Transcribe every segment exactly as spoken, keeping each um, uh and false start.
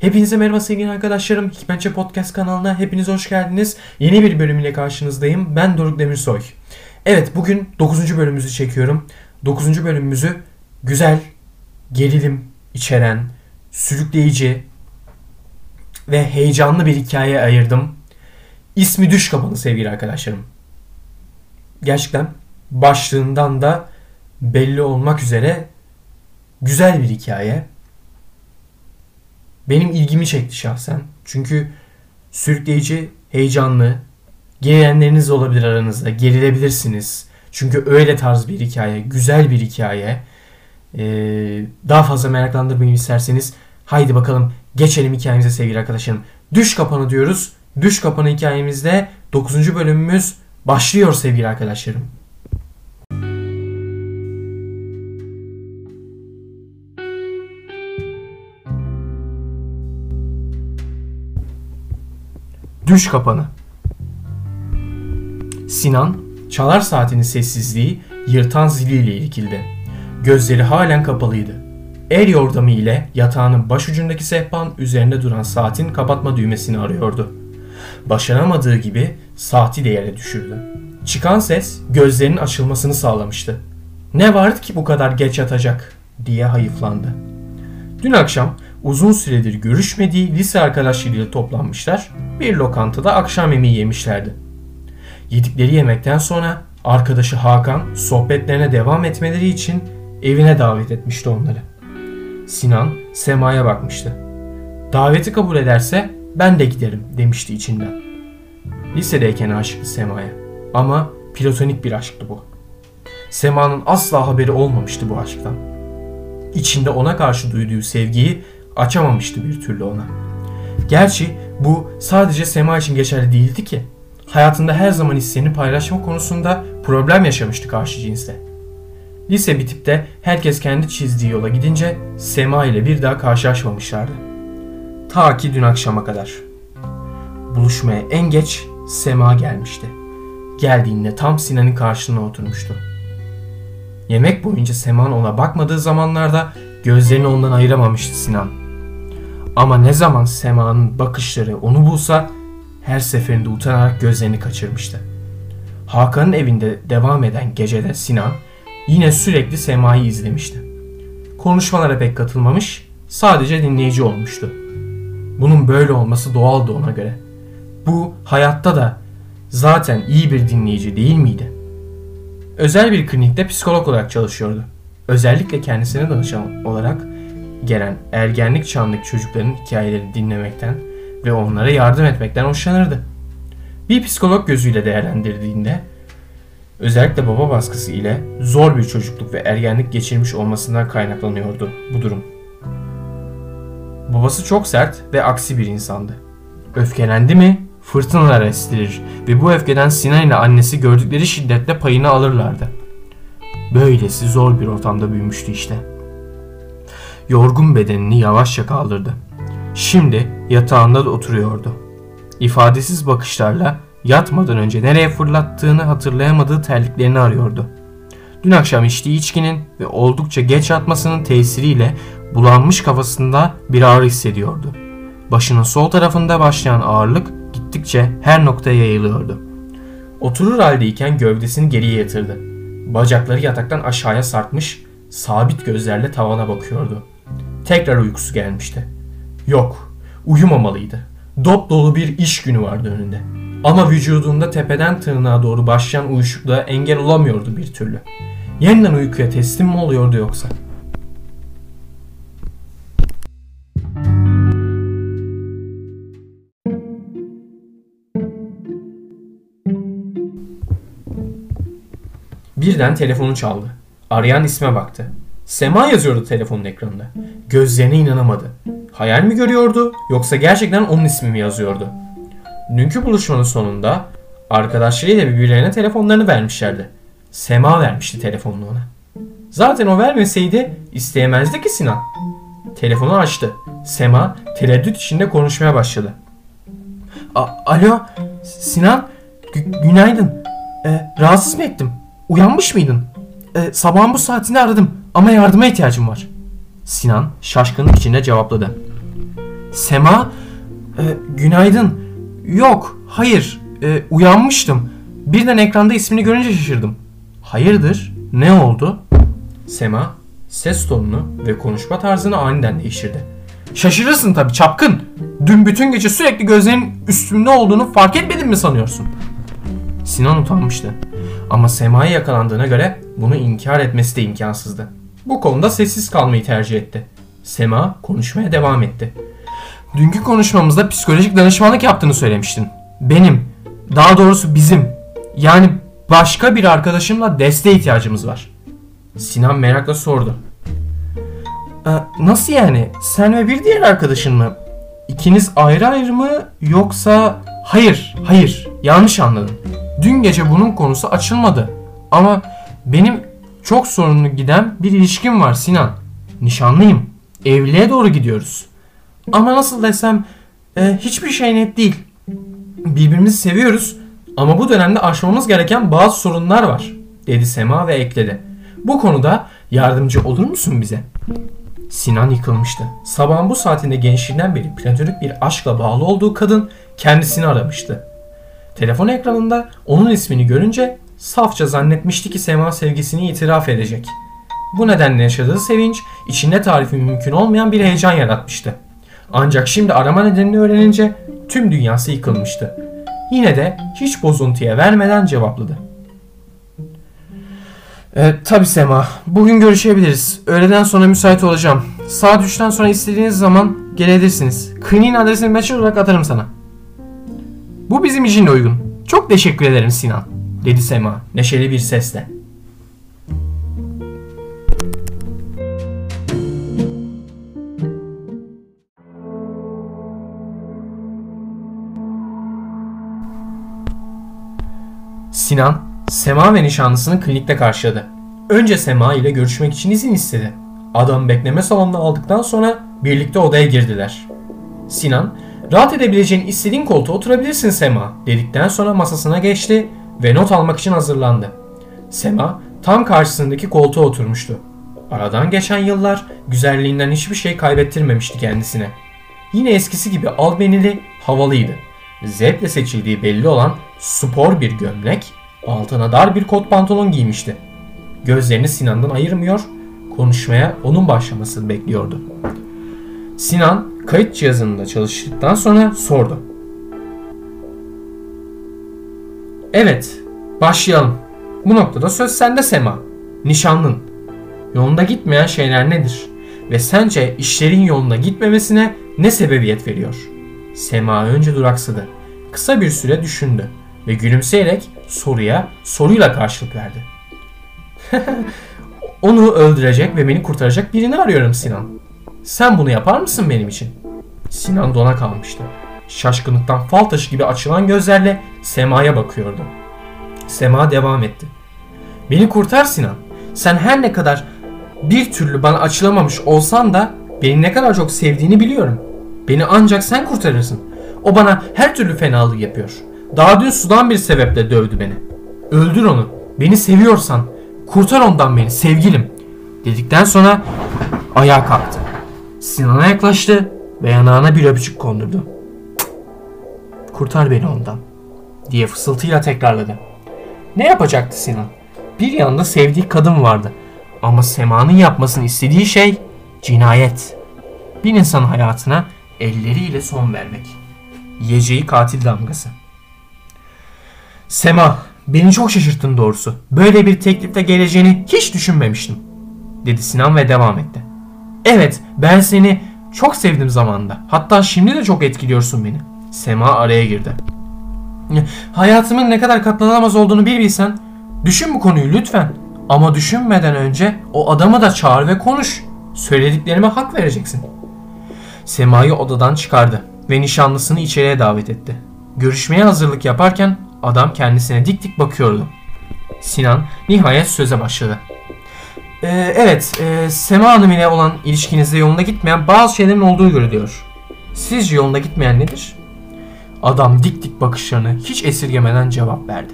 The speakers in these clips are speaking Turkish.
Hepinize merhaba sevgili arkadaşlarım. Hikmetçe Podcast kanalına hepiniz hoş geldiniz. Yeni bir bölüm ile karşınızdayım. Ben Doruk Demirsoy. Evet, bugün dokuzuncu bölümümüzü çekiyorum. dokuzuncu bölümümüzü güzel, gerilim içeren, sürükleyici ve heyecanlı bir hikayeye ayırdım. İsmi Düş Kapanı sevgili arkadaşlarım. Gerçekten başlığından da belli olmak üzere güzel bir hikaye. Benim ilgimi çekti şahsen. Çünkü sürükleyici, heyecanlı, gerilenleriniz olabilir aranızda. Gerilebilirsiniz. Çünkü öyle tarz bir hikaye, güzel bir hikaye. Ee, daha fazla meraklandırmayı isterseniz haydi bakalım geçelim hikayemize sevgili arkadaşlarım. Düş Kapanı diyoruz. Düş Kapanı hikayemizde dokuzuncu bölümümüz başlıyor sevgili arkadaşlarım. Düş Kapanı. Sinan, çalar saatinin sessizliği yırtan ziliyle irkildi. Gözleri halen kapalıydı. El yordamı ile yatağının başucundaki sehpanın üzerinde duran saatin kapatma düğmesini arıyordu. Başaramadığı gibi saati de yere düşürdü. Çıkan ses gözlerinin açılmasını sağlamıştı. Ne vardı ki bu kadar geç yatacak diye hayıflandı. Dün akşam uzun süredir görüşmediği lise arkadaşlarıyla toplanmışlar, bir lokantada akşam yemeği yemişlerdi. Yedikleri yemekten sonra arkadaşı Hakan sohbetlerine devam etmeleri için evine davet etmişti onları. Sinan Sema'ya bakmıştı. Daveti kabul ederse ben de giderim demişti içinden. Lisedeyken aşıktı Sema'ya ama platonik bir aşktı bu. Sema'nın asla haberi olmamıştı bu aşktan. İçinde ona karşı duyduğu sevgiyi açamamıştı bir türlü ona. Gerçi bu sadece Sema için geçerli değildi ki. Hayatında her zaman hislerini paylaşma konusunda problem yaşamıştı karşı cinsle. Lise bitip de herkes kendi çizdiği yola gidince Sema ile bir daha karşılaşmamışlardı. Ta ki dün akşama kadar. Buluşmaya en geç Sema gelmişti. Geldiğinde tam Sinan'ın karşısına oturmuştu. Yemek boyunca Sema'nın ona bakmadığı zamanlarda gözlerini ondan ayıramamıştı Sinan. Ama ne zaman Sema'nın bakışları onu bulsa her seferinde utanarak gözlerini kaçırmıştı. Hakan'ın evinde devam eden gecede Sinan yine sürekli Sema'yı izlemişti. Konuşmalara pek katılmamış, sadece dinleyici olmuştu. Bunun böyle olması doğaldı ona göre. Bu hayatta da zaten iyi bir dinleyici değil miydi? Özel bir klinikte psikolog olarak çalışıyordu. Özellikle kendisine danışan olarak gelen ergenlik çağındaki çocukların hikayelerini dinlemekten ve onlara yardım etmekten hoşlanırdı. Bir psikolog gözüyle değerlendirdiğinde özellikle baba baskısı ile zor bir çocukluk ve ergenlik geçirmiş olmasından kaynaklanıyordu bu durum. Babası çok sert ve aksi bir insandı. Öfkelendi mi fırtınalar estirir ve bu öfkeden Sinan ile annesi gördükleri şiddetle payını alırlardı. Böylesi zor bir ortamda büyümüştü işte. Yorgun bedenini yavaşça kaldırdı. Şimdi yatağında da oturuyordu. İfadesiz bakışlarla yatmadan önce nereye fırlattığını hatırlayamadığı terliklerini arıyordu. Dün akşam içtiği içkinin ve oldukça geç yatmasının tesiriyle bulanmış kafasında bir ağrı hissediyordu. Başının sol tarafında başlayan ağırlık gittikçe her noktaya yayılıyordu. Oturur haldeyken gövdesini geriye yatırdı. Bacakları yataktan aşağıya sarkmış, sabit gözlerle tavana bakıyordu. Tekrar uykusu gelmişti. Yok, uyumamalıydı. Dop dolu bir iş günü vardı önünde. Ama vücudunda tepeden tırnağa doğru başlayan uyuşukluğa engel olamıyordu bir türlü. Yeniden uykuya teslim mi oluyordu yoksa? Birden telefonu çaldı. Arayan isme baktı. Sema yazıyordu telefonun ekranında. Gözlerine inanamadı. Hayal mi görüyordu yoksa gerçekten onun ismi mi yazıyordu? Dünkü buluşmanın sonunda arkadaşlarıyla birbirlerine telefonlarını vermişlerdi. Sema vermişti telefonunu ona. Zaten o vermeseydi isteyemezdi ki Sinan. Telefonu açtı. Sema tereddüt içinde konuşmaya başladı. Alo Sinan, G- günaydın. Ee, rahatsız mı ettim? Uyanmış mıydın? Ee, sabahın bu saatinde aradım ama yardıma ihtiyacım var. Sinan şaşkınlık içinde cevapladı. Sema, e, günaydın. Yok, hayır, e, uyanmıştım. Birden ekranda ismini görünce şaşırdım. Hayırdır, ne oldu? Sema, ses tonunu ve konuşma tarzını aniden değiştirdi. Şaşırırsın tabii çapkın. Dün bütün gece sürekli gözlerinin üstümde olduğunu fark etmedin mi sanıyorsun? Sinan utanmıştı. Ama Sema'ya yakalandığına göre bunu inkar etmesi de imkansızdı. Bu konuda sessiz kalmayı tercih etti. Sema konuşmaya devam etti. Dünkü konuşmamızda psikolojik danışmanlık yaptığını söylemiştin. Benim, daha doğrusu bizim, yani başka bir arkadaşımla desteğe ihtiyacımız var. Sinan merakla sordu. E, nasıl yani? Sen ve bir diğer arkadaşın mı? İkiniz ayrı ayrı mı yoksa... Hayır, hayır. Yanlış anladın. Dün gece bunun konusu açılmadı. Ama benim çok sorunlu giden bir ilişkim var Sinan. Nişanlıyım. Evliliğe doğru gidiyoruz. Ama nasıl desem e, hiçbir şey net değil. Birbirimizi seviyoruz ama bu dönemde aşmamız gereken bazı sorunlar var, dedi Sema ve ekledi. Bu konuda yardımcı olur musun bize? Sinan yıkılmıştı. Sabahın bu saatinde gençliğinden beri platonik bir aşkla bağlı olduğu kadın kendisini aramıştı. Telefon ekranında onun ismini görünce safça zannetmişti ki Sema sevgisini itiraf edecek. Bu nedenle yaşadığı sevinç içinde tarifi mümkün olmayan bir heyecan yaratmıştı. Ancak şimdi arama nedenini öğrenince tüm dünyası yıkılmıştı. Yine de hiç bozuntuya vermeden cevapladı. E, tabii Sema, bugün görüşebiliriz. Öğleden sonra müsait olacağım. Saat üçten sonra istediğiniz zaman gelebilirsiniz. Kliniğin adresini mesaj olarak atarım sana. Bu bizim için de uygun. Çok teşekkür ederim Sinan, dedi Sema neşeli bir sesle. Sinan, Sema ve nişanlısını klinikte karşıladı. Önce Sema ile görüşmek için izin istedi. Adam bekleme salonuna aldıktan sonra birlikte odaya girdiler. Sinan, rahat edebileceğin istediğin koltuğa oturabilirsin Sema, dedikten sonra masasına geçti ve not almak için hazırlandı. Sema tam karşısındaki koltuğa oturmuştu. Aradan geçen yıllar güzelliğinden hiçbir şey kaybettirmemişti kendisine. Yine eskisi gibi albenili, havalıydı. Zevkle seçildiği belli olan spor bir gömlek, altına dar bir kot pantolon giymişti. Gözlerini Sinan'dan ayırmıyor, konuşmaya onun başlamasını bekliyordu. Sinan kayıt cihazında çalıştıktan sonra sordu. Evet, başlayalım. Bu noktada söz sende Sema. Nişanlın. Yolunda gitmeyen şeyler nedir? Ve sence işlerin yoluna gitmemesine ne sebebiyet veriyor? Sema önce duraksadı. Kısa bir süre düşündü ve gülümseyerek soruya soruyla karşılık verdi. Onu öldürecek ve beni kurtaracak birini arıyorum Sinan. Sen bunu yapar mısın benim için? Sinan dona kalmıştı. Şaşkınlıktan fal taşı gibi açılan gözlerle Sema'ya bakıyordu. Sema devam etti. Beni kurtar Sinan. Sen her ne kadar bir türlü bana açılamamış olsan da beni ne kadar çok sevdiğini biliyorum. Beni ancak sen kurtarırsın. O bana her türlü fenalık yapıyor. Daha dün sudan bir sebeple dövdü beni. Öldür onu. Beni seviyorsan kurtar ondan beni sevgilim, dedikten sonra ayağa kalktı. Sinan'a yaklaştı ve yanağına bir öpücük kondurdu. Kurtar beni ondan, diye fısıltıyla tekrarladı. Ne yapacaktı Sinan? Bir yanda sevdiği kadın vardı. Ama Sema'nın yapmasını istediği şey cinayet. Bir insan hayatına elleriyle son vermek. Yiyeceği katil damgası. Sema, beni çok şaşırttın doğrusu. Böyle bir teklifle geleceğini hiç düşünmemiştim, dedi Sinan ve devam etti. Evet, ben seni çok sevdim zamanında. Hatta şimdi de çok etkiliyorsun beni. Sema araya girdi. Hayatımın ne kadar katlanamaz olduğunu bir bilsen. Düşün bu konuyu lütfen. Ama düşünmeden önce o adamı da çağır ve konuş. Söylediklerime hak vereceksin. Sema'yı odadan çıkardı ve nişanlısını içeriye davet etti. Görüşmeye hazırlık yaparken adam kendisine dik dik bakıyordu. Sinan nihayet söze başladı. Ee, evet, e, Sema Hanım ile olan ilişkinizde yolunda gitmeyen bazı şeylerin olduğu görülüyor. Sizce yolunda gitmeyen nedir? Adam dik dik bakışlarını hiç esirgemeden cevap verdi.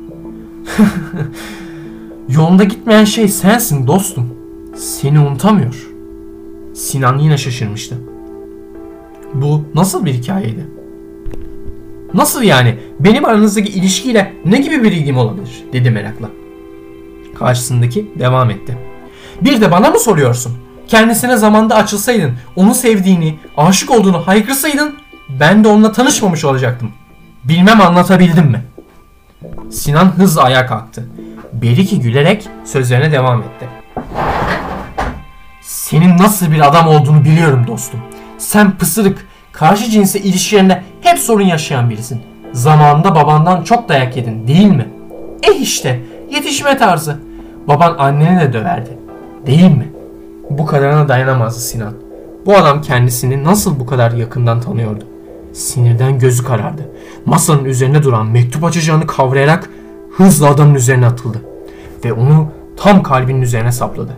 Yolunda gitmeyen şey sensin dostum. Seni unutamıyor. Sinan yine şaşırmıştı. Bu nasıl bir hikayeydi? Nasıl yani? Benim aranızdaki ilişkiyle ne gibi bir ilgim olabilir? Dedi merakla. Karşısındaki devam etti. Bir de bana mı soruyorsun? Kendisine zamanda açılsaydın, onu sevdiğini, aşık olduğunu haykırsaydın, ben de onunla tanışmamış olacaktım. Bilmem anlatabildim mi? Sinan hızla ayağa kalktı. Beriki gülerek sözlerine devam etti. Senin nasıl bir adam olduğunu biliyorum dostum. Sen pısırık, karşı cinse ilişkilerinde hep sorun yaşayan birisin. Zamanında babandan çok dayak yedin, değil mi? Eh işte, yetişme tarzı. Baban anneni de döverdi, değil mi? Bu kadarına dayanamazdı Sinan. Bu adam kendisini nasıl bu kadar yakından tanıyordu? Sinirden gözü karardı. Masanın üzerinde duran mektup açacağını kavrayarak hızla adamın üzerine atıldı. Ve onu tam kalbinin üzerine sapladı.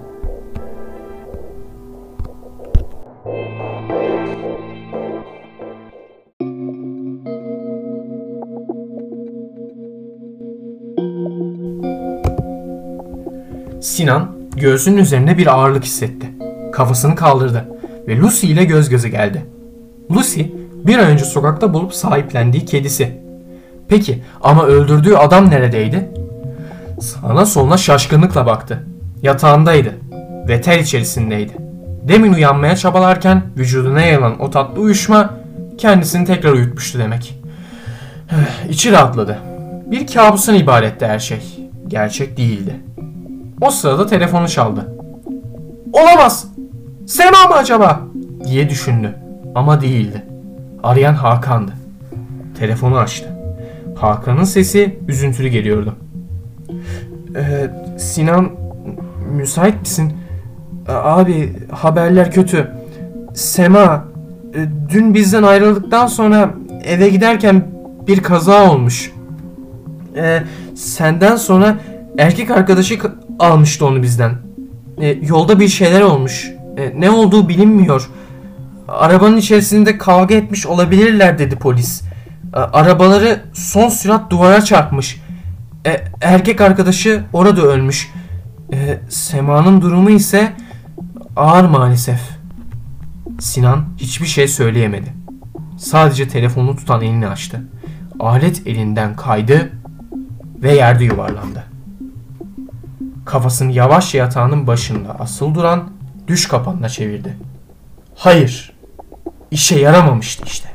Sinan göğsünün üzerinde bir ağırlık hissetti. Kafasını kaldırdı ve Lucy ile göz göze geldi. Lucy bir ay önce sokakta bulup sahiplendiği kedisi. Peki ama öldürdüğü adam neredeydi? Sağına soluna şaşkınlıkla baktı. Yatağındaydı ve ter içerisindeydi. Demin uyanmaya çabalarken vücuduna yayılan o tatlı uyuşma kendisini tekrar uyutmuştu demek. İçi rahatladı. Bir kabustan ibaretti her şey. Gerçek değildi. O sırada telefonu çaldı. Olamaz! Sema mı acaba? Diye düşündü. Ama değildi. Arayan Hakan'dı. Telefonu açtı. Hakan'ın sesi üzüntülü geliyordu. Ee, Sinan, müsait misin? Abi, haberler kötü. Sema, dün bizden ayrıldıktan sonra eve giderken bir kaza olmuş. Ee, senden sonra erkek arkadaşı almıştı onu bizden. Ee, yolda bir şeyler olmuş. Ee, ne olduğu bilinmiyor. Arabanın içerisinde kavga etmiş olabilirler dedi polis. Ee, arabaları son sürat duvara çarpmış. Ee, erkek arkadaşı orada ölmüş. Ee, Sema'nın durumu ise ağır maalesef. Sinan hiçbir şey söyleyemedi. Sadece telefonunu tutan elini açtı. Alet elinden kaydı ve yerde yuvarlandı. Kafasını yavaşça yatağının başında asılı duran düş kapağına çevirdi. Hayır, işe yaramamıştı işte.